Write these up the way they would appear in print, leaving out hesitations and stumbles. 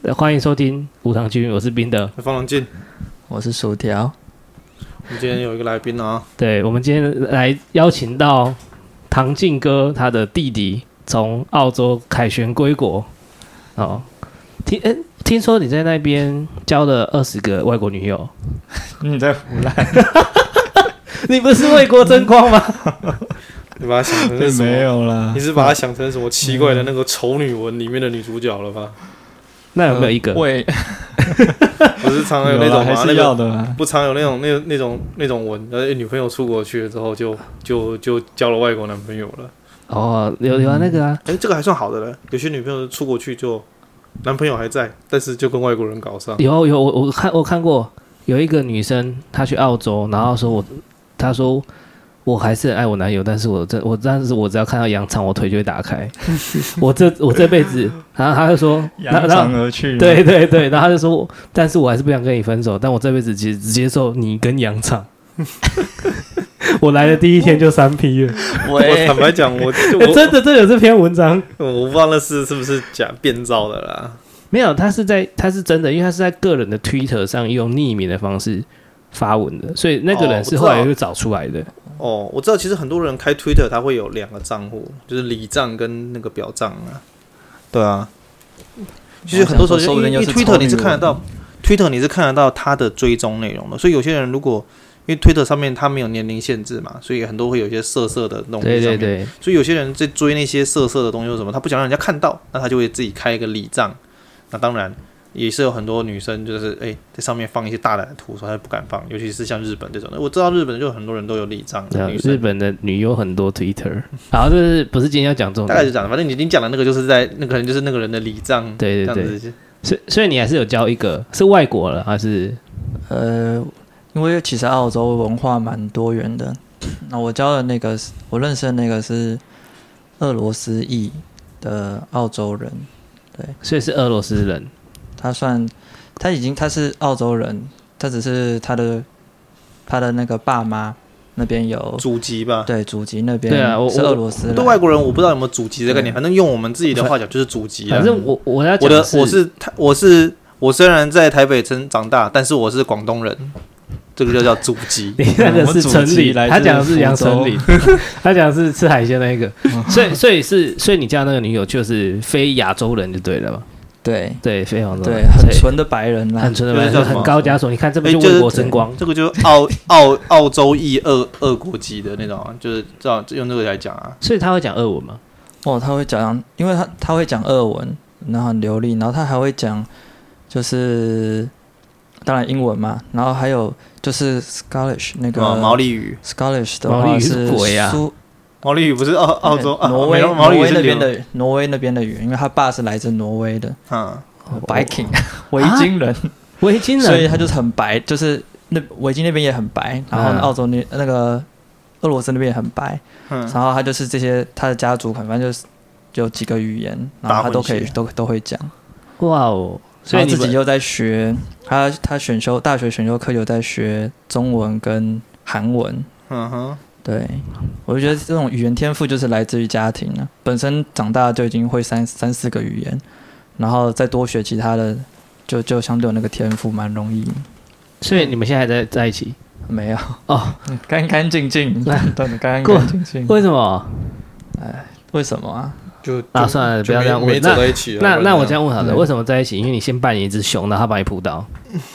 欢迎收听无糖君，我是冰的， 方龙进， 我是薯条。 我们今天有一个来宾啊， 对，我们今天来邀请到唐进哥他的弟弟从澳洲凯旋归国哦。听说你在那边交了20个外国女友， 你在胡乱？ 你不是为国争光吗？ 你把它想成是什么？ 没有啦， 你是把它想成什么奇怪的那个丑女文里面的女主角了吧？ 那有没有一个？ 不是常有那种吗？ 还是要的啦。 不常有那种文，女朋友出国去了之后就交了外国男朋友了。 哦，有啊，那个啊， 这个还算好的了。有些女朋友出国去就男朋友还在，但是就跟外国人搞上。 有，我看过有一个女生，她去澳洲，然后她说我还是很爱我男友，但是我只要看到羊肠，我腿就会打开。我这辈子，然后他就说扬长而去。 对，然后他就说，但是我还是不想跟你分手，但我这辈子其实只接受你跟羊肠。我来的第一天就3批了。 我坦白讲，我真的有这篇文章， 我不知道那是不是假编造的啦。 没有，他是真的，因为他是在个人的 Twitter 上用匿名的方式发文的，所以那个人是后来又找出来的。 哦，我知道，其实很多人开 Twitter 他会有2个账户，就是里账跟那个表账啊。对啊，其实很多时候因为 Twitter 你是看得到他的追踪内容的，所以有些人如果因为 Twitter 上面它没有年龄限制嘛，所以很多会有一些色的东西上面。对，所以有些人在追那些色的东西是什么，他不想让人家看到，那他就会自己开一个里账。那当然也是有很多女生就是在上面放一些大胆的图，说她不敢放，尤其是像日本这种的。我知道日本就很多人都有里账的女生， 日本的女优很多 Twitter。好，这是不是今天要讲重点？ 大概是讲的，反正你讲的那个就是在那可能就是那个人的里账。 对，所以你还是有交一个是外国了还是？ 因为其实澳洲文化蛮多元的。那我交的那个，我认识的那个是俄罗斯裔的澳洲人，对， 所以是俄罗斯人。 他是澳洲人，他只是他的那个爸妈那边有祖籍吧？ 对，祖籍那边是俄罗斯人。 对外国人我不知道有没有祖籍的概念，反正用我们自己的话讲就是祖籍。 反正我要讲的我虽然在台北长大，但是我是广东人。这个就叫祖籍， 你那个是城里，他讲的是阳城里，他讲的是吃海鲜那一个，所以你家那个女友就是非亚洲人就对了嘛？对，非亚洲人， 对，很纯的白人啦， 很纯的白人，很高加索。你看这不就为国争光？ 这个就澳洲裔俄国籍的那种，就是这样用这个来讲啊。 所以他会讲俄文吗？ 哦，他会讲，因为他会讲俄文，然后很流利，然后他还会讲就是当然英文嘛，然后还有就是 Scottish 那个毛利语 ，Scottish 的话是鬼啊， 毛利语不是澳洲挪威那边的语，因为他爸是来自挪威的，Viking 维京人，所以他就是很白，就是维京那边也很白，然后澳洲那个俄罗斯那边也很白，然后他就是这些他的家族反正就是有几个语言，然后他都会讲， 哇哦。 所以自己又在学，他大学选修课有在学中文跟韩文。对，我就觉得这种语言天赋就是来自于家庭了，本身长大就已经会三四个语言，然后再多学其他的，就相对有那个天赋蛮容易。 所以你们现在还在一起？ 没有哦，干干净净，对，干干净净。 为什么？ 为什么啊？ 算了，不要这样问。 没走在一起那我这样问好了，为什么在一起？因为你先扮演一只熊，然后他把你扑倒。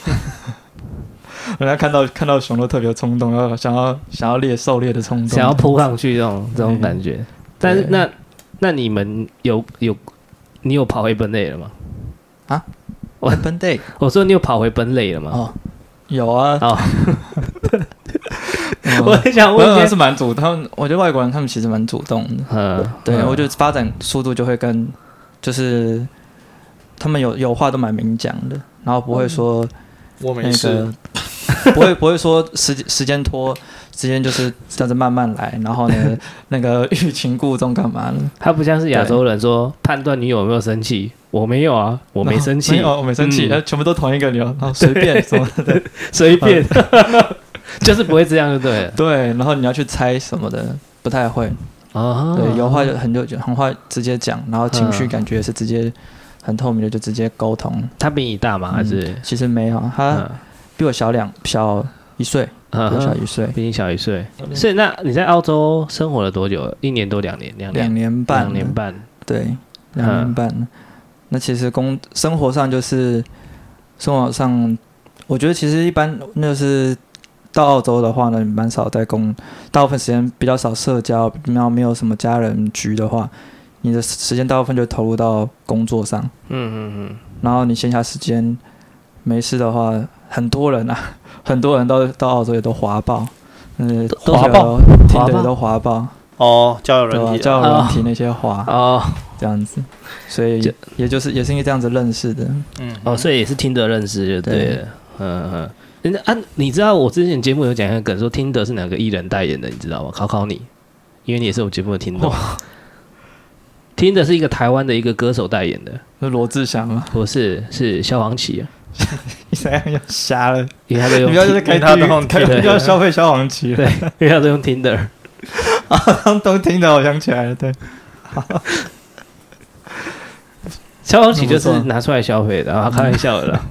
人家看到熊都特别冲动，想要狩猎的冲动， 想要扑上去这种感觉。但是那你们你有跑回本垒了吗？ 啊？本垒？ 我说你有跑回本垒了吗？ 哦，有啊。 哦。我很想问， 他是蛮主动，我觉得外国人他们其实蛮主动的。对，我觉得发展速度就会就是他们有话都蛮明讲的，然后不会说我没事， 不会说时间拖，时间就是这样子慢慢来，然后呢那个欲擒故纵干嘛呢？ 他不像是亚洲人说判断你有没有生气，我没有啊，我没生气， 我没生气，全部都同一个理由，随便什么的， 随便。就是不会这样，就对了。 对，然后你要去猜什么的，不太会。对，有话就很话直接讲，然后情绪感觉也是直接很透明的就直接沟通。 他比你大吗？还是其实没有，他比我小1岁，比我小1岁， 比你小1岁。所以那你在澳洲生活了多久？1年多2年？2 年半。 2年半。 对，2年半。那其实生活上，我觉得其实一般就是到澳洲的话呢，蛮少在大部分时间比较少社交，然后没有什么家人局的话，你的时间大部分就投入到工作上。然后你闲暇时间没事的话，很多人到澳洲也都滑爆， 滑爆， 听的都滑爆。 交友软体， 交友软体那些滑这样子，所以也是因为这样子认识的。 所以也是听得认識就对了。你知道我之前节目有讲一个梗，说听得是哪个艺人代言的，你知道吗？考你，因为你也是我节目的听得。听的是一个台湾的一个歌手代言的， 是罗志祥吗？ 不是，是萧煌奇。 你怎样又瞎了？ 因为他都用， 你不要就是开要消费萧煌奇， 对，因为他都用听的。 都听的，我想起来了，对。 萧煌奇就是拿出来消费的，然后开玩笑的啦。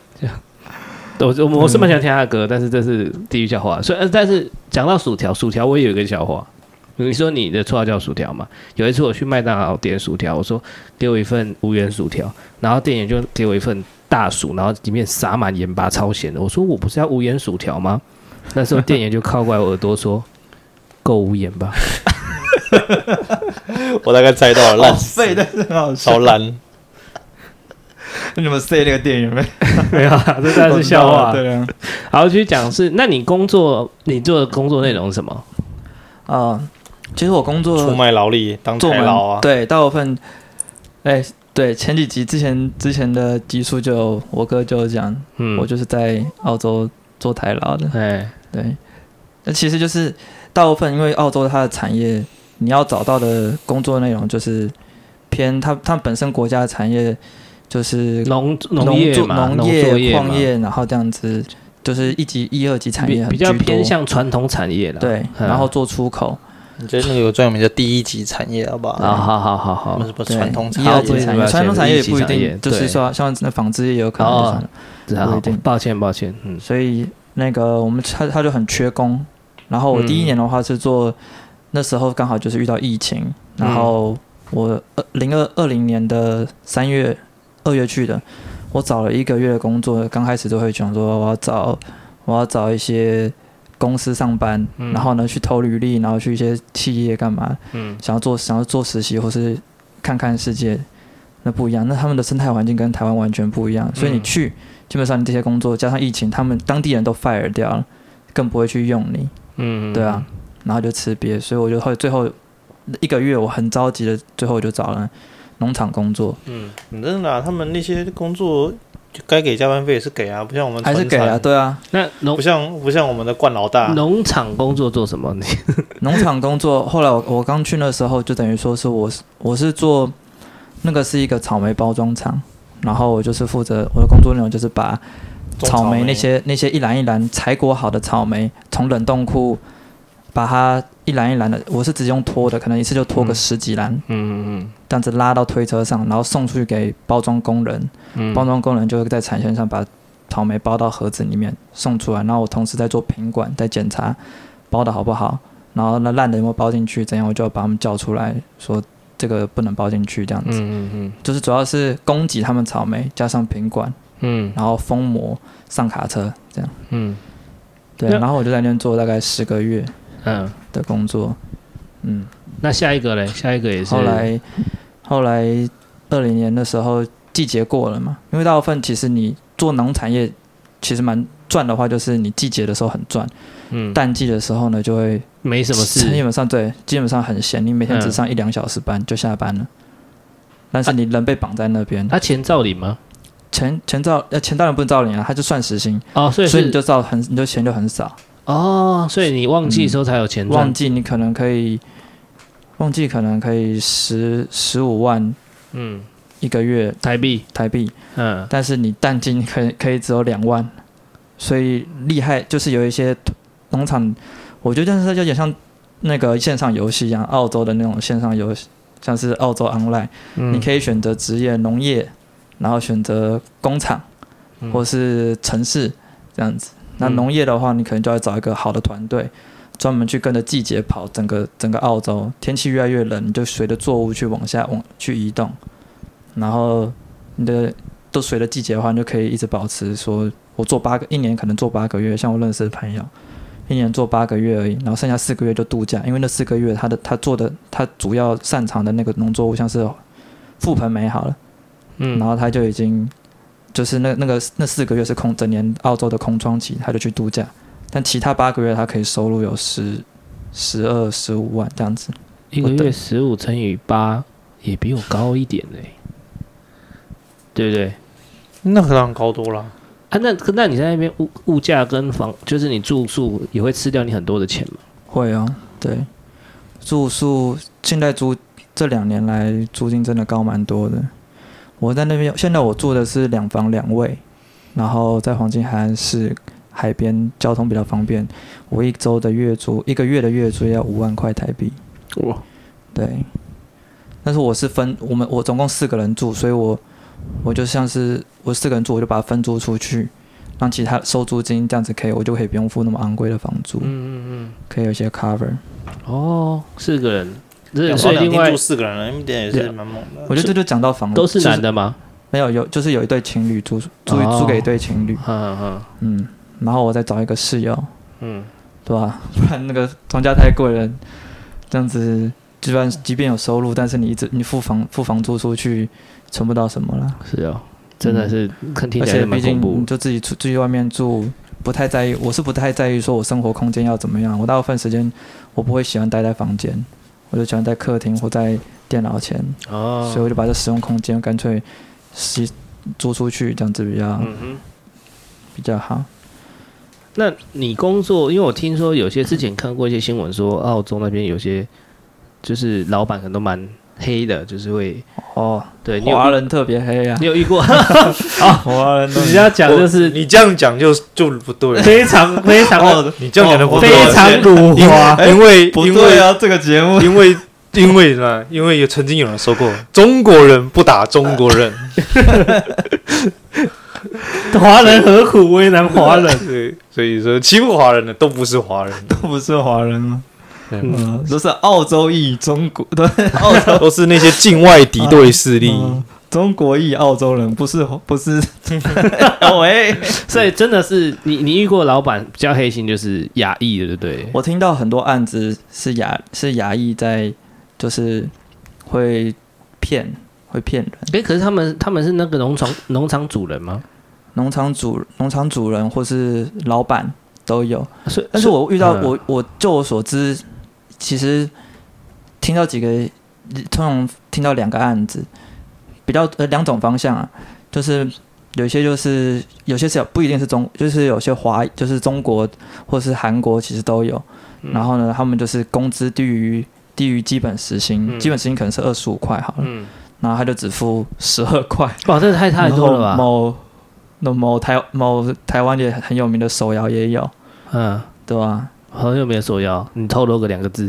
我是蛮喜欢听他的歌，但是这是地狱笑话。但是讲到薯条，我也有一个笑话。你说你的绰号叫薯条嘛？有一次我去麦当劳点薯条，我说给我一份无盐薯条，然后店员就给我一份大薯，然后里面撒满盐巴，超咸的。我说我不是要无盐薯条吗？那时候店员就靠过来我耳朵说。够无盐吧？ 我大概猜到了，烂废，但是很好笑， 超烂。 你怎么 say 那个店员没？ 没有啊，这当然是笑话。 对啊。 好，继续讲是，那你做的工作内容是什么？ 其实我工作出卖劳力，当台劳啊。 对，大部分，对，前几集之前的集数我哥就讲，我就是在澳洲做台劳的。对。那其实就是大部分，因为澳洲它的产业，你要找到的工作内容就是偏它本身国家的产业就是农业、 矿业，然后这样子就是1级、2级产业比较偏向传统产业啦。 对，然后做出口。 你觉得那个有专有名叫第1级产业，好不好？ 好。 什么传统产业？1、2级产业，传统产业也不一定，就是说像那纺织业也有可能不一定。 抱歉。 所以那个我们他就很缺工。然后我第1年的话是做，那时候刚好就是遇到疫情，然后我2020年的3月、2月去的，我找了1个月的工作，刚开始都会想说我要找一些公司上班，然后呢去投履历，然后去一些企业干嘛，想要做实习或是看看世界，那不一样，那他们的生态环境跟台湾完全不一样，所以你去基本上你这些工作加上疫情，他们当地人都 fire 掉了，更不会去用你。对啊，然后就吃瘪，所以我就最后1个月我很着急的，最后我就找了农场工作。 真的啊，他们那些工作该给加班费也是给啊，不像我们还是给啊，对啊。 那不像我们的冠老大。 农场工作做什么？ 农场工作，后来我刚去那时候就等于说是我是做那个是一个草莓包装厂，然后我就是负责我的工作内容就是把草莓那些一篮一篮采果好的草莓，从冷冻库把它一篮一篮的，我是直接用拖的，可能一次就拖个10几篮，这样子拉到推车上，然后送出去给包装工人，包装工人就会在产线上把草莓包到盒子里面送出来，然后我同时在做品管，在检查包的好不好，然后那烂的有没有包进去，怎样我就要把他们叫出来说这个不能包进去，这样子，就是主要是供给他们草莓加上品管。然后封膜上卡车这样，对，然后我就在那边做大概10个月，的工作， 那下一个嘞？下一个也是。 后来20年的时候季节过了嘛，因为大部分其实你做农产业其实蛮赚的话，就是你季节的时候很赚，淡季的时候呢就会没什么事， 基本上很闲，你每天只上1-2小时班就下班了，但是你人被绑在那边。 他钱照领吗？ 钱当然不能照领啊，他就算时薪所以你就你就钱就很少所以你旺季的时候才有钱赚。 旺季可能可以15万1个月台币， 但是你淡季可以只有2万，所以厉害就是有一些农场，我觉得这有点像那个线上游戏一样，澳洲的那种线上游戏，像是澳洲 Online，你可以选择职业农业。 然后选择工厂或是城市这样子。那农业的话，你可能就要找一个好的团队，专门去跟着季节跑整个澳洲。天气越来越冷，你就随着作物去往去移动，然后你的都随着季节的话，你就可以一直保持说，我做一年可能做8个月，像我认识的朋友，一年做8个月而已，然后剩下4个月就度假，因为那4个月他主要擅长的那个农作物像是覆盆梅好了，然后他就已经就是那4个月是整年澳洲的空窗期，他就去度假，但其他8个月他可以收入有12、15万这样子， 一个月15乘以8也比我高一点嘞，对不对？ 那可能高多了啊。那你在那边物价跟就是你住宿也会吃掉你很多的钱吗？ 会啊，对，住宿现在这2年来租金真的高蛮多的。我在那边现在我住的是2房2卫，然后在黄金海岸市海边，交通比较方便。我1个月的月租要5万块台币。 哇， 对。但是我总共4个人住，所以我就像是我4个人住，我就把它分租出去，让其他收租金，这样子我就可以不用付那么昂贵的房租。可以有一些 cover。 哦，4个人。 所以另外住4个人，那点也是蛮猛的。 我觉得这就讲到房子， 都是男的吗？ 没有，就是有一对情侣租给一对情侣。然后我再找一个室友。对吧？不然那个房价太贵了，这样子，即便有收入，但是你付房租出去，存不到什么了。 是哦，真的是听起来蛮恐怖。而且毕竟你就自己出去外面住，不太在意。我是不太在意说我生活空间要怎么样。我大部分时间我不会喜欢待在房间。我就喜欢在客厅或在电脑前，所以我就把这使用空间干脆租出去，这样子比较好。 那你工作，因为我听说之前看过一些新闻说，澳洲那边有些就是老板可能都蛮黑的，就是会对， 华人特别黑啊， 你有遇过？ 华人你要讲就是你这样讲就不对， 非常非常你这样讲的不对， 非常辱华， 因为不对啊，这个节目因为曾经有人说过，中国人不打中国人， 华人何苦为难华人？ 对，所以说欺负华人的都不是华人， 都不是华人吗？都是澳洲裔中国，对， 都是那些境外敌对势力。 中国裔澳洲人不是， 所以真的是你遇过老板比较黑心，就是亚裔的，对不对？ 我听到很多案子是亚裔在，就是会骗人。 可是他们是那个农场主人吗？ 农场主人或是老板都有。但是我遇到就我所知，其实听到通常听到2个案子。比较2种方向啊，就是有些是不一定是就是有些就是中国或是韩国其实都有，然后呢，他们就是工资低于基本时薪，基本时薪可能是25块好了，然后他就只付12块， 哇，这太多了吧？ 某台湾也很有名的手摇也有，对吧？ 很有名的手摇，你透露个2个字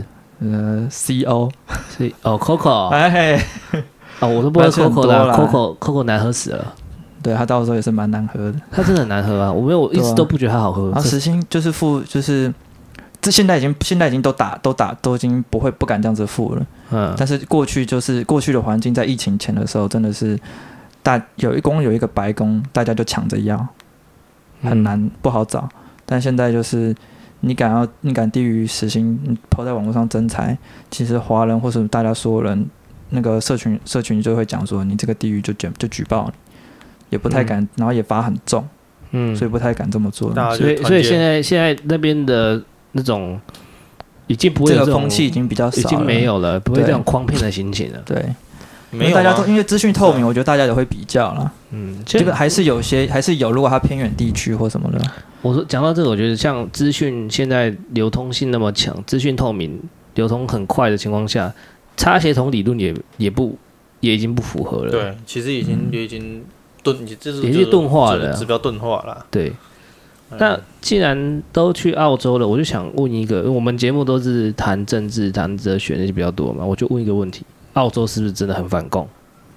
，CO， 是Coco， 哎。 我都不喝 Coco 的，Coco 难喝死了。 对，它到时候也是蛮难喝的。 它真的很难喝啊！我一直都不觉得它好喝。 然后时薪就是这现在已经都已经不敢这样子付了。但是过去的环境，在疫情前的时候，真的是有一个白工，大家就抢着要，很难不好找。但现在就是你敢低于时薪，你抛在网络上征才，其实华人或是大家所有人。那个社群就会讲说，你这个地狱就举报你，也不太敢，然后也罚很重，所以不太敢这么做。 所以现在那边的那种已经不会有这种风气已经比较少了， 已经没有了，不会这种诓骗的心情了。 对，没有大家都因为资讯透明，我觉得大家也会比较啦。这个还是有，如果它偏远地区或什么的。 我说讲到这个，我觉得像资讯现在流通性那么强，资讯透明、流通很快的情况下。差协同理论也已经不符合了。 对，其实也已经钝化了， 指标钝化了。 对。那既然都去澳洲了，我就想问一个，我们节目都是谈政治、谈哲学那些比较多嘛，我就问一个问题：澳洲是不是真的很反共？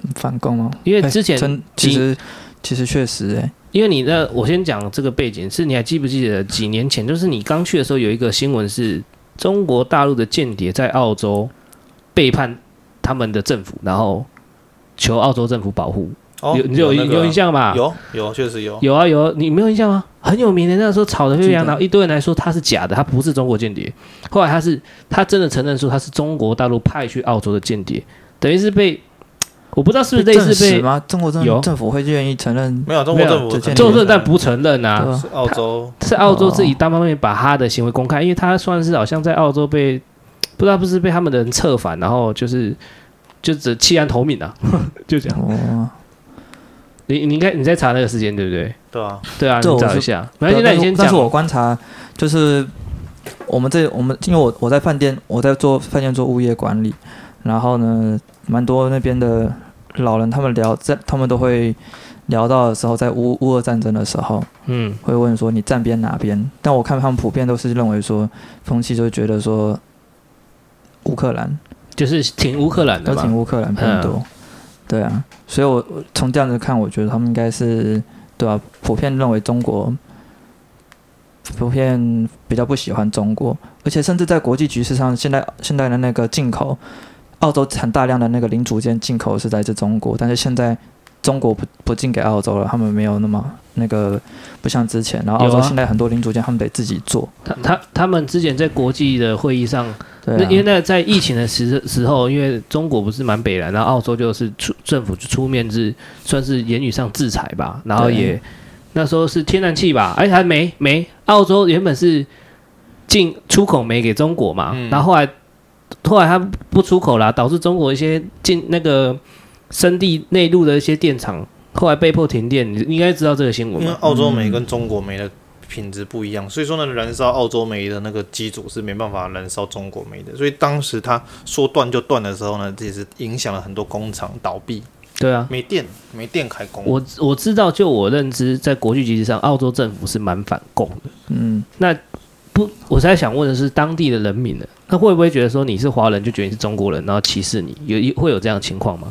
反共吗？ 因为之前其实确实因为我先讲这个背景，是你还记不记得几年前，就是你刚去的时候有一个新闻是中国大陆的间谍在澳洲背叛他们的政府，然后求澳洲政府保护。你有印象吗？ 有，确实有。 有啊，你没有印象吗？很有名的，那个时候吵得沸沸扬扬，然后一堆人来说他是假的，他不是中国间谍。后来他真的承认说他是中国大陆派去澳洲的间谍，等于是被我不知道是不是类似被吗？中国政府会愿意承认？ 没有，中国政府承认但不承认啊。 是澳洲自己单方面把他的行为公开，因为他算是好像在澳洲被不知道是被他们的人策反，然后就只弃暗投明啊，就这样。你在查那个时间对不对？对啊，你找一下。反正现在你先讲。 但是我观察就是我们因为我在饭店，我在做饭店做物业管理，然后呢，蛮多那边的老人他们都会聊到的时候，在乌俄战争的时候，会问说你站边哪边？但我看他们普遍都是认为说风气就觉得说乌克兰就是挺乌克兰的吧， 都挺乌克兰偏多。对啊，所以我从这样子看，我觉得他们应该是对啊，普遍认为中国，普遍比较不喜欢中国，而且甚至在国际局势上，现在的那个进口，澳洲很大量的那个零组件进口是来自中国，但是现在中国不进给澳洲了，他们没有那么那个不像之前，然后澳洲现在很多零组件他们得自己做。 他们之前在国际的会议上。因为在疫情的时候，因为中国不是蛮北蓝，然后澳洲就是政府出面算是言语上制裁吧，然后也那时候是天然气吧，而且还煤，澳洲原本是出口煤给中国嘛，然后后来它不出口啦，导致中国一些那个深地内陆的一些电厂后来被迫停电，你应该知道这个新闻吧？ 因为澳洲煤跟中国煤的品质不一样，所以说呢，燃烧澳洲煤的那个机组是没办法燃烧中国煤的，所以当时他说断就断的时候呢，其实影响了很多工厂倒闭。 对啊， 没电开工。 我知道，就我认知，在国际局势上，澳洲政府是蛮反共的。那我才想问的是，当地的人民呢，他会不会觉得说你是华人就觉得你是中国人，然后歧视你？会有这样的情况吗？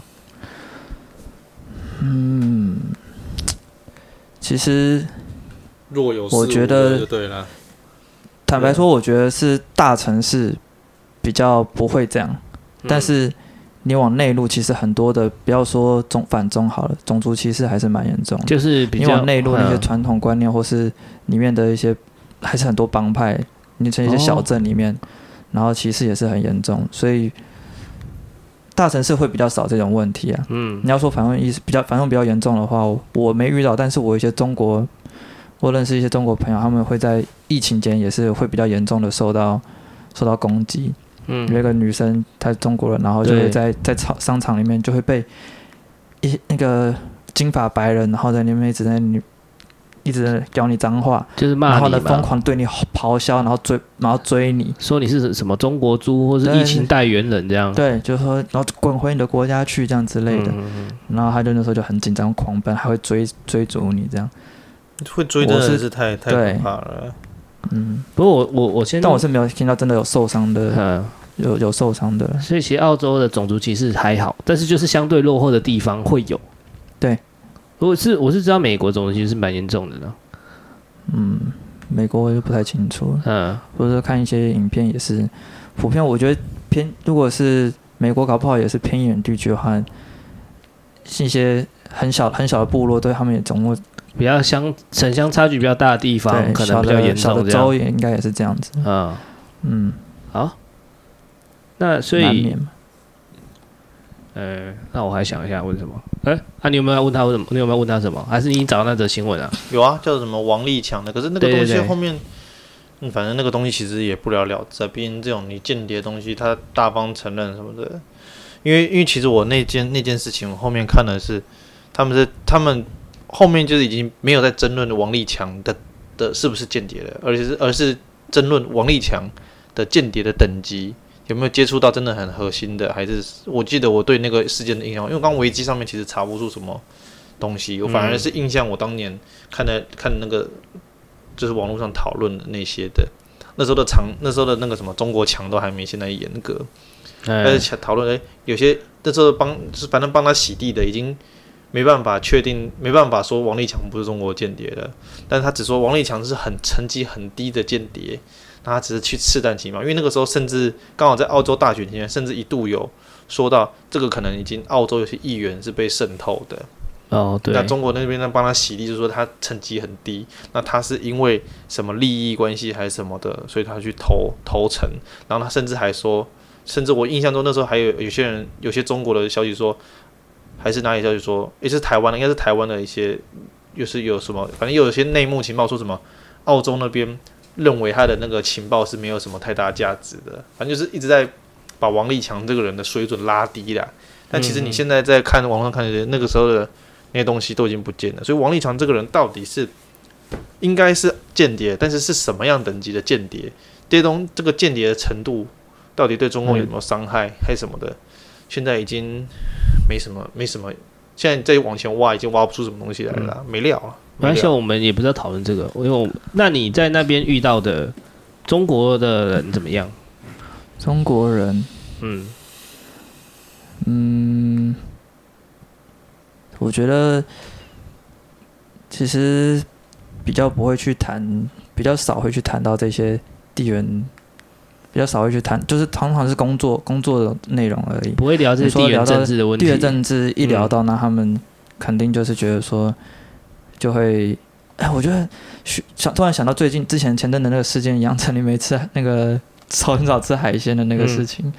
其实。 若有我觉得就对了。 坦白说，我觉得是大城市比较不会这样，但是你往内陆，其实很多的，不要说反中好了，种族歧视还是蛮严重的。 就是你往内陆那些传统观念，或是里面的一些，还是很多帮派，你在一些小镇里面，然后歧视也是很严重，所以大城市会比较少这种问题啊。你要说反共比较严重的话，我没遇到，但是我有一些我认识一些中国朋友，他们会在疫情间也是会比较严重的受到攻击。有一个女生她是中国人，然后就会在商场里面就会被那个金发白人，然后在那边一直在教你脏话， 就是骂你嘛， 然后呢疯狂对你咆哮，然后追你， 说你是什么中国猪或是疫情代言人这样。 对，就是说然后滚回你的国家去这样之类的。然后他就那时候就很紧张狂奔，还会追逐你这样。 会追真的是太可怕了。 不过但我是没有听到真的有受伤的，有受伤的。 所以其实澳洲的种族歧视还好，但是就是相对落后的地方会有。 对， 我是知道美国种族歧视是蛮严重的呢。 美国我就不太清楚。或者说看一些影片也是普遍，我觉得如果是美国搞不好也是偏远地区的话，一些很小的部落对他们也总会。 比较城乡差距比较大的地方，可能比较严重。 小的州也应该也是这样子。 好。那所以，那我还想一下问什么？你有没有问他问什么？你有没有问他什么？还是你已经找到那则新闻了？ 有啊，叫什么王立强的。可是那个东西后面，反正那个东西其实也不了了之。毕竟这种你间谍的东西，他大方承认什么的。因为其实我那件事情，我后面看的是他们。后面就是已经没有在争论王立强的是不是间谍了，而是争论王立强的间谍的等级有没有接触到真的很核心的，还是我记得我对那个事件的印象，因为刚维基上面其实查不出什么东西，我反而是印象我当年看那个就是网络上讨论的那些的，那时候的那个什么中国强都还没现在严格， 开始讨论，有些那时候反正帮他洗地的已经没办法确定，没办法说王立强不是中国间谍了，但是他只说王立强是成绩很低的间谍，那他只是去试探情报，因为那个时候甚至刚好在澳洲大选前，甚至一度有说到这个可能已经澳洲有些议员是被渗透的。 哦，对。 那中国那边呢帮他洗地，就是说他成绩很低，那他是因为什么利益关系还是什么的，所以他去投诚，然后他甚至还说，甚至我印象中那时候还有些人，有些中国的消息说，还是哪里消息说，是台湾的，应该是台湾的一些，又是有什么，反正又有些内幕情报说什么，澳洲那边认为他的那个情报是没有什么太大价值的，反正就是一直在把王立强这个人的水准拉低啦。但其实你现在在看网上看那个时候的那些东西都已经不见了，所以王立强这个人到底是应该是间谍，但是是什么样等级的间谍？这个间谍的程度到底对中共有什么伤害，还是什么的？现在已经没什么，现在再往前挖，已经挖不出什么东西来了，没料了。 没关系，我们也不是要讨论这个，因为那你在那边遇到的中国的人怎么样？ 中国人，我觉得其实比较不会去谈，比较少会去谈到这些地缘，比较少会去谈，就是通常是工作的内容而已， 不会聊这些地缘政治的问题。 地缘政治一聊到，那他们肯定就是觉得说，就会，我觉得突然想到前阵的那个事件，杨丞琳没吃那个很少吃海鲜的那个事情。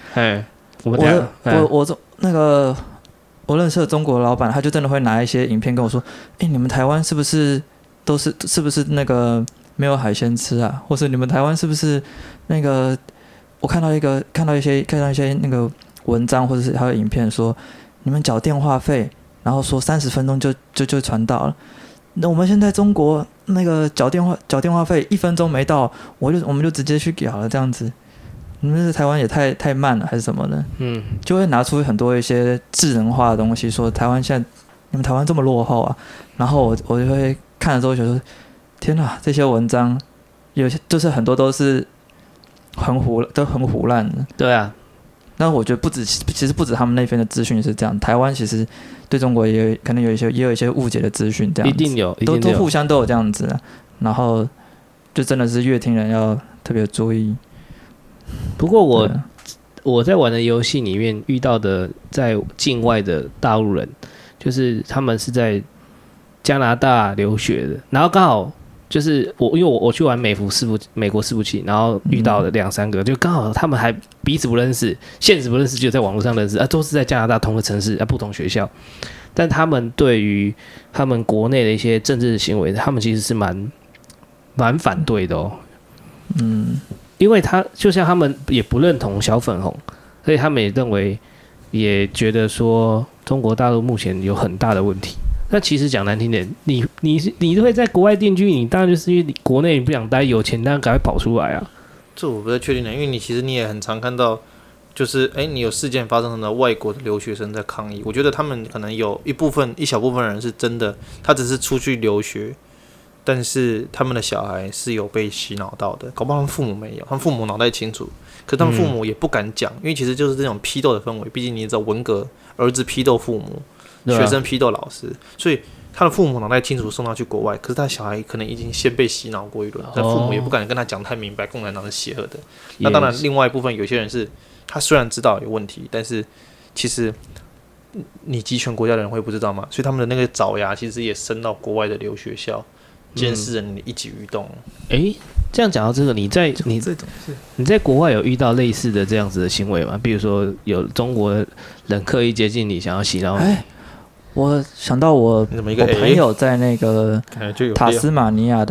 我认识的中国老板，他就真的会拿一些影片跟我说：“你们台湾是不是那个没有海鲜吃啊？或是你们台湾是不是那个？我看到一些那个文章或者是还有影片说，你们缴电话费，然后说30分钟就传到了。那我们现在中国那个缴电话费1分钟没到，我们就直接去缴了这样子。”你们台湾也太慢了，还是什么的？就会拿出很多一些智能化的东西，说台湾现在你们台湾这么落后啊。然后我就会看了之后觉得，天哪，这些文章有些就是很多都是很胡乱的。 对啊， 那我觉得其实不止他们那边的资讯是这样，台湾其实对中国也可能也有一些误解的资讯，这样子一定有， 都互相都有这样子啊。然后就真的是乐听人要特别注意。 不过我在玩的游戏里面遇到的在境外的大陆人，就是他们是在加拿大留学的，然后刚好就是因为我去玩美国伺服器，然后遇到了2-3个，就刚好他们还彼此不认识，现实不认识，就在网络上认识，都是在加拿大同个城市不同学校，但他们对于他们国内的一些政治行为，他们其实是蛮反对的哦。因为就像他们也不认同小粉红，所以他们也认为，也觉得说中国大陆目前有很大的问题。那其实讲难听点，你会在国外定居，你当然就是因为国内你不想待，有钱当然赶快跑出来啊。 这我不太确定的，因为其实你也很常看到，就是你有事件发生的外国的留学生在抗议。我觉得他们可能有一小部分人是真的，他只是出去留学。但是他们的小孩是有被洗脑到的，搞不好他们父母没有，他们父母脑袋清楚，可是他们父母也不敢讲，因为其实就是这种批斗的氛围。毕竟你也知道，文革儿子批斗父母，学生批斗老师，所以他的父母脑袋清楚送他去国外，可是他小孩可能已经先被洗脑过一轮，但父母也不敢跟他讲太明白，共产党是邪恶的。那当然，另外一部分有些人是，他虽然知道有问题，但是其实你集权国家的人会不知道吗？所以他们的那个爪牙其实也伸到国外的留学校。监视人的一举一动。 这样讲到这个，你在国外有遇到类似的这样子的行为吗？比如说有中国人刻意接近你，想要洗脑你。 我想到我朋友在那个塔斯马尼亚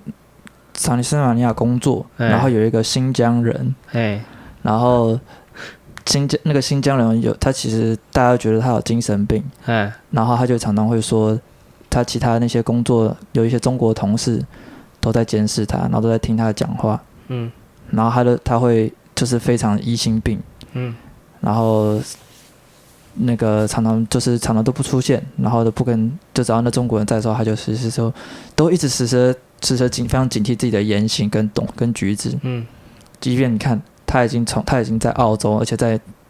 工作，然后有一个新疆人，然后那个新疆人他其实大家觉得他有精神病，然后他就常常会说。他其他那些工作有一些中国同事都在监视他，然后都在听他讲话，然后他会就是非常疑心病，然后那个常常都不出现，然后都不跟，就只要那中国人在的时候，他就时时说都一直时时非常警惕自己的言行跟举止，即便你看他已经在澳洲，而且在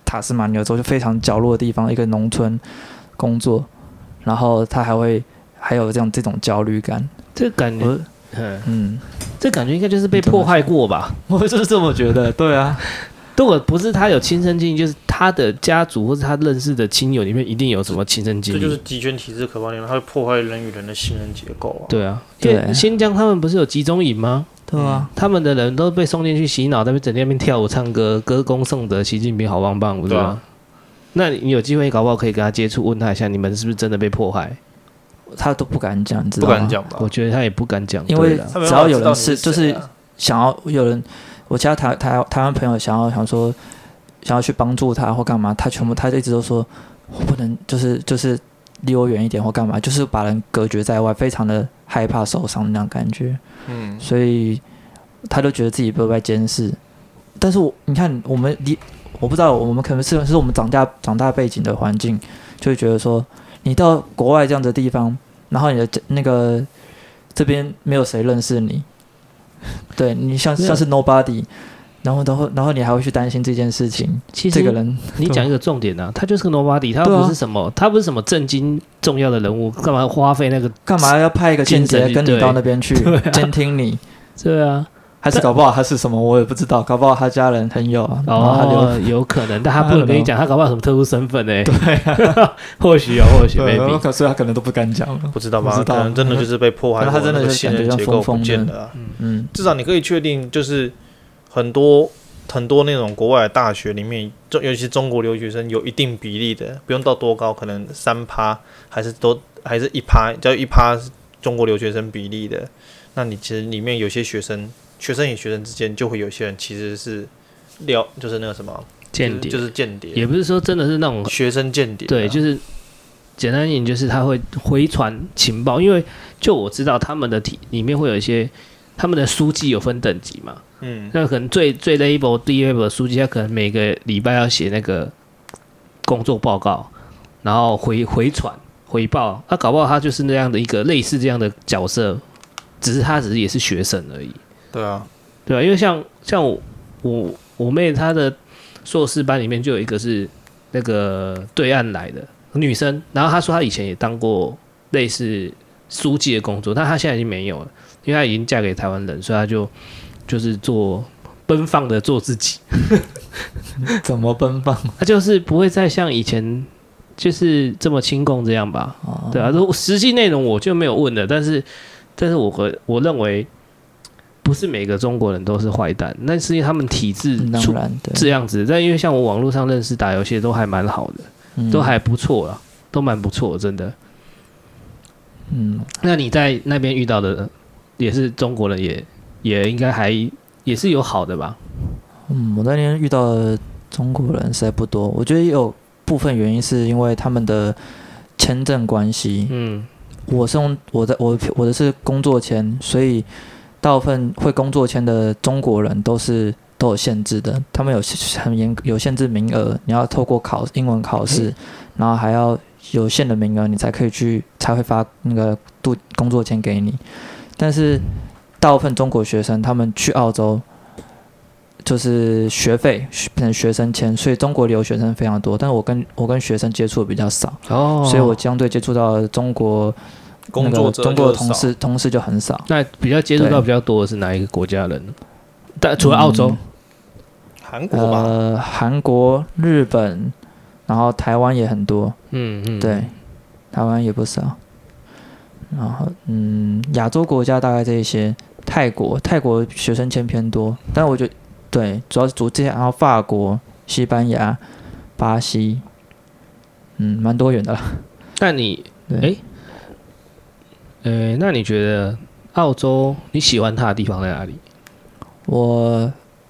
塔斯马尼亚州就非常角落的地方，一个农村工作，然后他还有这种焦虑感， 这感觉，这感觉应该就是被迫害过吧？ 我就是这么觉得，对啊。 如果不是他有亲身经历，就是他的家族或者他认识的亲友里面一定有什么亲身经历。 这就是集权体制可怕地方，它会破坏人与人的信任结构啊。 对啊，因为新疆他们不是有集中营吗？ 对啊， 他们的人都被送进去洗脑，在那边整天那边跳舞唱歌，歌功颂德，习近平好棒棒，不是吗？啊、那你有机会搞不好可以跟他接触，问他一下，你们是不是真的被迫害？ 他都不敢讲，知道吗？ 不敢讲吧？ 我觉得他也不敢讲， 因为只要有人就是想要有人，我其他台湾朋友想要去帮助他或干嘛，他就一直都说我不能，就是离我远一点或干嘛，就是把人隔绝在外，非常的害怕受伤那样感觉。所以他就觉得自己被监视。但是你看我不知道，我们可能是我们长大背景的环境，就会觉得说，你到国外这样的地方，然后你的那个这边没有谁认识你，对你像是 nobody。然后你还会去担心这件事情。其实这个人， 你讲一个重点啊，他就是个 nobody， 他不是什么政经重要的人物，干嘛花费那个？ 干嘛要派一个间谍跟你到那边去监听你？ 对啊， 还是搞不好他是什么，我也不知道。搞不好他家人很有啊。 有可能，但他不能跟你讲，他搞不好有什么特殊身份呢？ 对啊， 或许maybe， 所以他可能都不敢讲了。 不知道吧？可能真的就是被破坏， 他真的就信任结构不见了。至少你可以确定，就是很多那种国外的大学里面，尤其是中国留学生，有一定比例的，不用到多高，可能3%还是1%，只要1%是中国留学生比例的。那你其实里面有些学生与学生之间，就会有些人其实是就是那个什么间谍， 就是间谍， 也不是说真的是那种学生间谍。 对，就是简单一点，就是他会回传情报，因为就我知道他们的里面会有一些他们的书记有分等级嘛。那可能最 level 低 level 的书记，他可能每个礼拜要写那个工作报告，然后回传回报。他搞不好他就是那样的一个类似这样的角色，只是也是学生而已。 对啊， 对啊，因为像我妹她的硕士班里面就有一个是那个对岸来的女生，然后她说她以前也当过类似书记的工作，但她现在已经没有了，因为她已经嫁给台湾人，所以她就是做奔放的做自己。 怎么奔放？ 他就是不会再像以前就是这么亲共这样吧？对啊，实际内容我就没有问了，但是我认为不是每个中国人都是坏蛋，那是因为他们体制出这样子。但因为像我网络上认识打游戏都还蛮好的，都还不错啦，都蛮不错，真的。那你在那边遇到的也是中国人也应该也是有好的吧？ 我那天遇到的中国人实在不多，我觉得有部分原因是因为他们的签证关系。我的是工作签，所以大部分会工作签的中国人都有限制的，他们有限制名额，你要透过英文考试，然后还要有限的名额，你才会发那个工作签给你。但是大部分中国学生他们去澳洲就是学费变成学生签，所以中国留学生非常多。但是我跟学生接触的比较少，所以我相对接触到的中国工作者中国的同事就很少。 那比较接触到比较多的是哪一个国家人？除了澳洲， 韩国吧？ 韩国、日本，然后台湾也很多。对，台湾也不少。然后亚洲国家大概这一些，泰国学生签偏多，但我觉得对，主要是这些，然后法国、西班牙、巴西，蛮多元的啦。 那你那你觉得澳洲你喜欢它的地方在哪里？我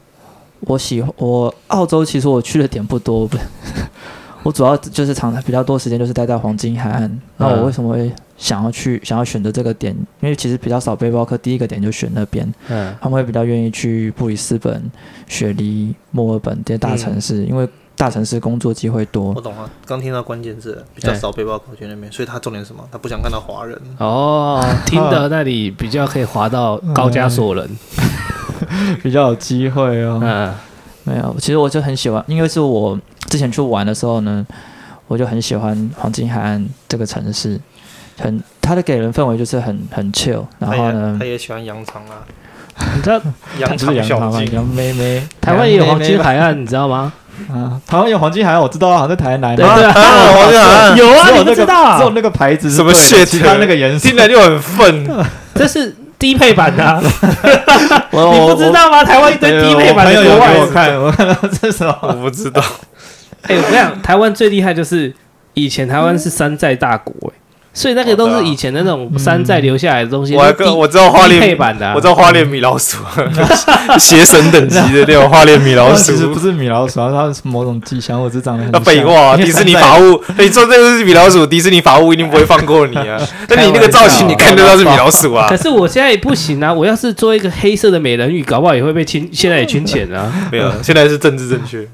澳洲其实我去的点不多，我主要就是比较多时间就是待在黄金海岸。那我为什么会想要选择这个点？因为其实比较少背包客第一个点就选那边，他们会比较愿意去布里斯本、雪梨、墨尔本这些大城市，因为大城市工作机会多。 我懂了，刚听到关键字，比较少背包客去那边，所以他重点是什么？他不想看到华人。 听的那里比较可以滑到高加索人， 比较有机会哦。 没有，其实我就很喜欢，因为是我之前去玩的时候呢，我就很喜欢黄金海岸这个城市，它的给人氛围就是很 chill， 然后呢， 他也喜欢羊肠啊， 你知道羊肠小径， 杨妹妹， 台湾也有黄金海岸，你知道吗？ 啊，台湾有黄金海岸，我知道啊，好像在台南。 对啊，黄金海岸有啊，你不知道啊？ 只有那个牌子什么血， 其他那个颜色听起来就很愤。 这是低配版的、啊，你不知道吗？台湾一堆低配版的国外， 我看到这是什么？ 我不知道。 我跟你讲，台湾最厉害就是以前台湾是山寨大国、所以那个都是以前的那种山寨留下来的东西。 我知道花莲配版的、 我知道花莲米老鼠，邪神等级的那种花莲米老鼠。 其实不是米老鼠，它是某种吉祥物，只长得很像。 废话，迪士尼法务，你说这个是米老鼠，迪士尼法务一定不会放过你啊。但你那个造型，你看得到是米老鼠啊。 可是我现在也不行啊，我要是做一个黑色的美人鱼，搞不好也会被现在也圈钱啊。 没有，现在是政治正确。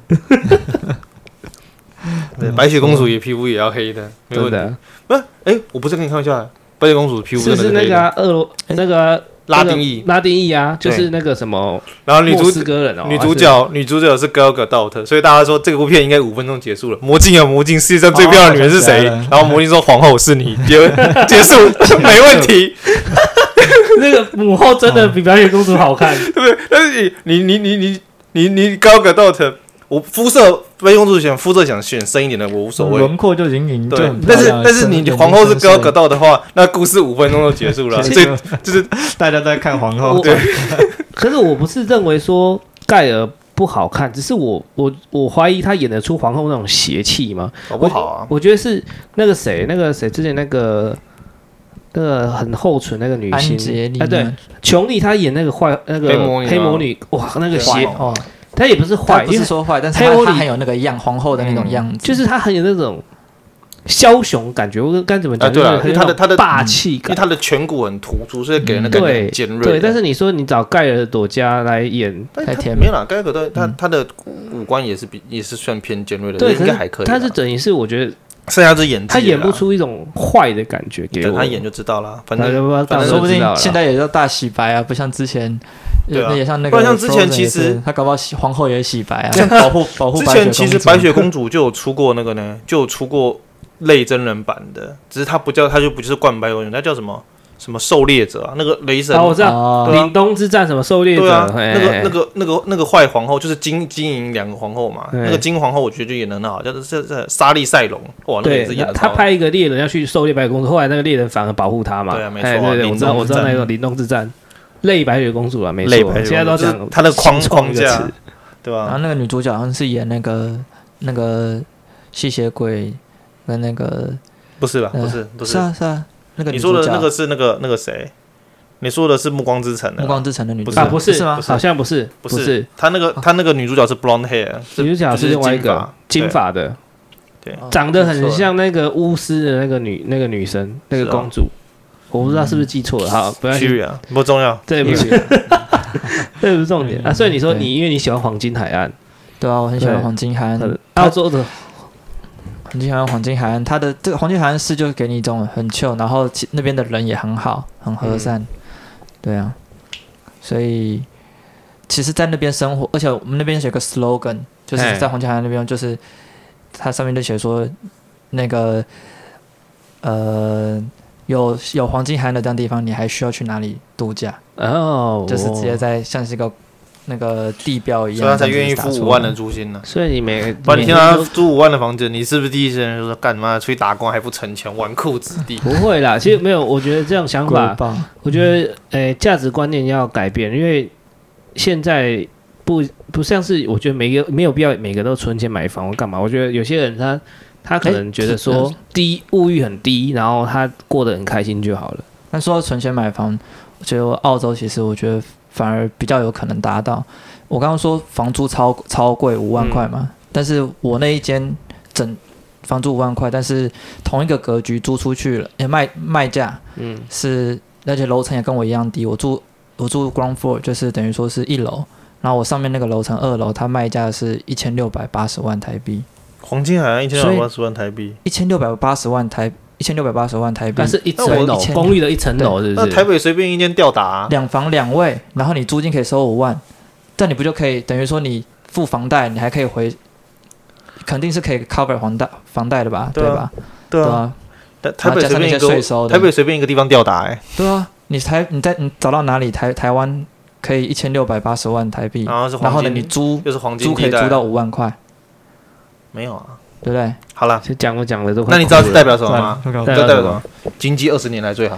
对，白雪公主也皮肤也要黑的，没问题。不是，我不是跟你开玩笑，白雪公主皮肤真的是那个那个拉丁裔啊，就是那个什么， 然后莫斯科人女主角是 Gal Gadot， 所以大家说这部片应该5分钟结束了。魔镜，世界上最漂亮的女人是谁？然后魔镜说皇后是你，结束没问题。 那个母后真的比白雪公主好看， 对不对？但是你 Gal Gadot。我白雪公主肤色想选深一点的，我无所谓。 轮廓就隐隐对， 但是你皇后是Gal Gadot的话，那故事5分钟就结束了，所以就是大家在看皇后。 对， 可是我不是认为说盖尔不好看，只是我怀疑他演得出皇后那种邪气吗？ 好不好啊？ 我觉得是那个谁之前那个很厚唇那个女星，对，琼丽她演那个坏那个黑魔女，哇，那个邪哦。他也不是坏， 不是说坏，但是他很有那个皇后的那种样子， 就是他很有那种枭雄感觉，我该怎么讲？ 对啊，他的霸气感， 因为他的颧骨很突出，所以给人的感觉很尖锐。 对，但是你说你找盖尔朵加来演， 太甜没有啦，盖尔朵加他的五官也是算偏尖锐的， 对， 应该还可以。 他是等于是我觉得。 剩下是演技， 他演不出一种坏的感觉给我。 他演就知道了，反正说不定现在也叫大洗白啊，不像之前，也像那个， 不然像之前其实他搞不好皇后也洗白啊，保护。 之前其实白雪公主就有出过那个呢，就有出过类真人版的，只是他就不是冠白雪公主，那叫什么狩猎者啊，那个雷神我知道，凛冬之战什么狩猎者， 那个坏皇后就是金银两个皇后嘛，那个金皇后我觉得就演得很好，就是莎莉赛隆，哇，那个也是演得他派一个猎人要去狩猎白雪公主，后来那个猎人反而保护他嘛， 对啊，没错， 对，我知道那个凛冬之战，类白雪公主啊，没错，现在都讲他的框架，对吧？ 然后那个女主角好像是演那个吸血鬼跟那个， 不是吧？不是， 是啊。 你说的那个是那个谁？你说的是《暮光之城》的？ 暮光之城的女主角不是吗？好像不是。 她那个女主角是 blonde hair， 女主角是另外一个金发的，对，长得很像那个巫师的那个女生，那个公主。我不知道是不是记错了，好，不要去啊，不重要， 这也不是，这不是重点啊。所以你说因为你喜欢黄金海岸， 对啊，我很喜欢黄金海岸， 澳洲的。 很喜欢黄金海岸，它的这个黄金海岸市就给你一种很 chill， 然后那边的人也很好，很和善，对啊，所以其实，在那边生活，而且我们那边有个 slogan， 就是在黄金海岸那边，就是它上面就写说，那个有黄金海岸的这样地方，你还需要去哪里度假？就是直接在像是一个。那个地标一样， 所以他才愿意付5万的租金呢。 所以不然你听他租5万的房子，你是不是第一时间就说干嘛出去打工还不存钱，纨绔子弟？ 不会啦，其实没有，我觉得这种想法，我觉得价值观念要改变，因为现在不像是我觉得没有必要每个都存钱买房或干嘛。我觉得有些人他可能觉得说物欲很低，然后他过得很开心就好了。 但说到存钱买房，我觉得澳洲其实我觉得。反而比较有可能达到。我刚刚说房租超贵5万块嘛，但是我那一间房租5万块，但是同一个格局租出去了，卖价是，而且楼层也跟我一样低。我住 ground floor， 就是等于说是1楼，然后我上面那个楼层2楼，它卖价是1680万台币。 黄金海岸1680万台币 ，1680万台币， 但是一层楼公寓的一层楼，是不是？ 那台北随便一间吊打， 2房2卫，然后你租金可以收5万，这样你不就可以等于说你付房贷，你还可以肯定是可以 cover 房贷的吧？对吧？ 对啊。台北随便一个地方吊打对啊，你找到哪里台湾可以1680万台币，然后呢你租又是黄金地带， 租可以租到5万块， 没有啊？ 对不对？ 好了， 讲的都。 那你知道是代表什么吗？你知道代表什么？经济20年来最好。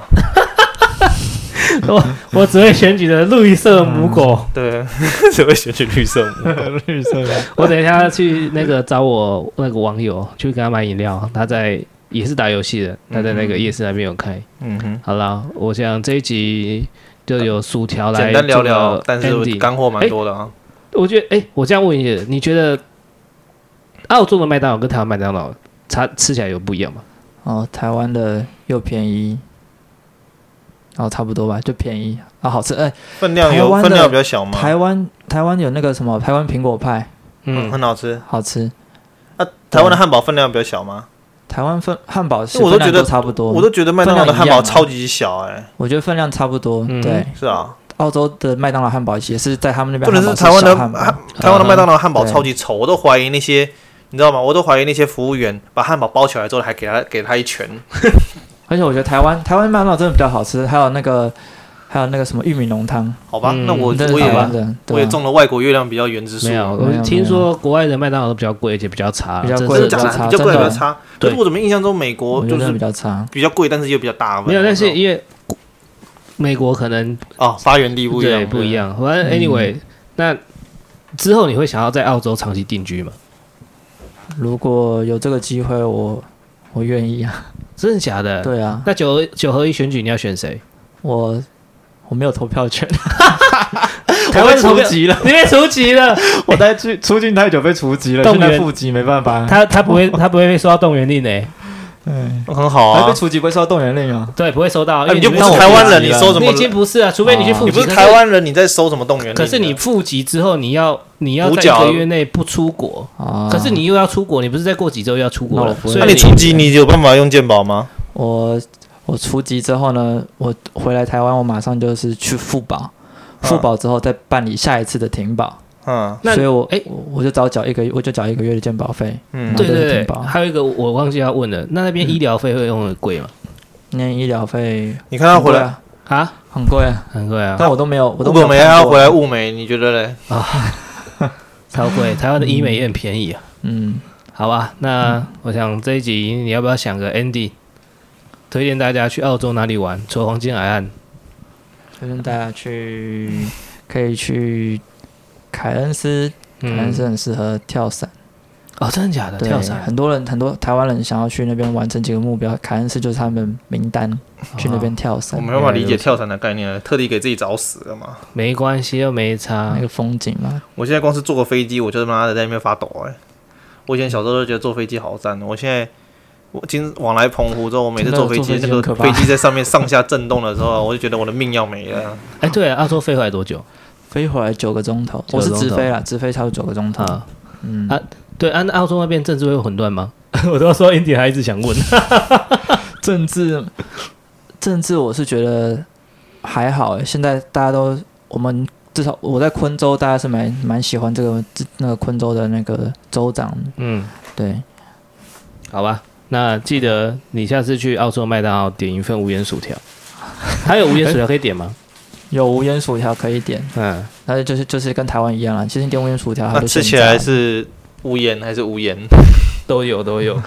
我只会选举的绿色母狗。 对，只会选举绿色母狗。 绿色的。 我等一下去找我那个网友去跟他买饮料，他也是打游戏的，他在那个夜市那边有开。好啦，我想这一集就有薯条来简单聊聊，但是干货蛮多的啊。 我觉得，我这样问一下，你觉得澳洲的麦当劳跟台湾麦当劳吃起来有不一样吗？ 台湾的又便宜，差不多吧，就便宜好吃。 分量比较小吗？ 台湾有那个什么台湾苹果派， 很好吃， 好吃。 台湾的汉堡分量比较小吗？ 台湾汉堡分量都差不多， 我都觉得麦当劳的汉堡超级小我觉得分量差不多，对， 是啊。 澳洲的麦当劳汉堡也是在他们那边， 不能是台湾的麦当劳汉堡超级丑，我都怀疑那些，你知道吗？我都怀疑那些服务员把汉堡包起来之后还给他一拳。 而且我觉得台湾麦当劳真的比较好吃，还有那个什么玉米浓汤。 好吧，那我也中了外国月亮比较圆之术。 没有，我听说国外的麦当劳都比较贵，而且比较差， 比较贵，比较差。可是我怎么印象中美国就是比较差， 比较贵，但是又比较大。 没有，但是因为美国可能发源地不一样， 对，不一样。反正 anyway，那之后你会想要在澳洲长期定居吗？ 如果有这个机会，我愿意啊。 真的假的？ 对啊。 那9合1选举你要选谁？ 我没有投票权。 台湾除籍了，你被除籍了。 我出境太久被除籍了，现在复籍没办法。 他不会被收到动员令呢。 很好啊。 被除籍不会收到动员令啊？ 对，不会收到。 你就不是台湾人，你收什么？ 你已经不是啊，除非你去复籍。 你不是台湾人，你在收什么动员令？ 可是你复籍之后，你要在1个月内不出国。可是你又要出国，你不是再过几周又要出国了？ 那你出籍，你有办法用健保吗？ 我出籍之后呢，我回来台湾，我马上就是去复保，复保之后再办理下一次的停保。所以我就缴1个月的健保费。 对，还有一个我忘记要问了，那边医疗费会用很贵吗？ 那医疗费， 你看他回来很贵啊。但我都没有， 如果没还要回来物美，你觉得嘞？ 超贵，台湾的医美也很便宜啊。好吧，那我想这一集你要不要想个 ending？推荐大家去澳洲哪里玩？除了黄金海岸， 推荐大家可以去凯恩斯很适合跳伞。 真的假的？跳伞， 很多台湾人想要去那边完成几个目标，凯恩斯就是他们名单，去那边跳伞。 我没办法理解跳伞的概念，特地给自己找死了嘛？ 没关系，又没差， 那个风景嘛。 我现在光是坐个飞机，我就他妈的在那边发抖我以前小时候都觉得坐飞机好赞，我现在往来澎湖之后，我每次坐飞机，那个飞机在上面上下震动的时候，我就觉得我的命要没了。 对啊，澳洲飞回来多久？ 飞回来9个钟头，我是直飞啦，直飞差不多9个钟头。 对，澳洲那边政治会有混乱吗？我都要说 Andy 还一直想问。 政治，我是觉得还好现在大家至少我在昆州，大家是蛮喜欢那个昆州的那个州长。对。 好吧，那记得你下次去澳洲麦当劳点一份无盐薯条。还有无盐薯条可以点吗？ 有无盐薯条可以点。那就是跟台湾一样啦。其实你点无盐薯条，它就吃起来是无盐还是无盐？ 都有。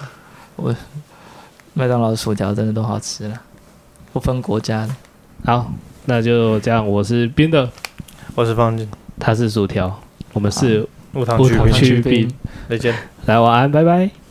麦当劳的薯条真的都好吃了，不分国家的。 好，那就这样。我是冰的， 我是方俊， 他是薯条，我们是无糖去冰。再见， 来晚安，拜拜。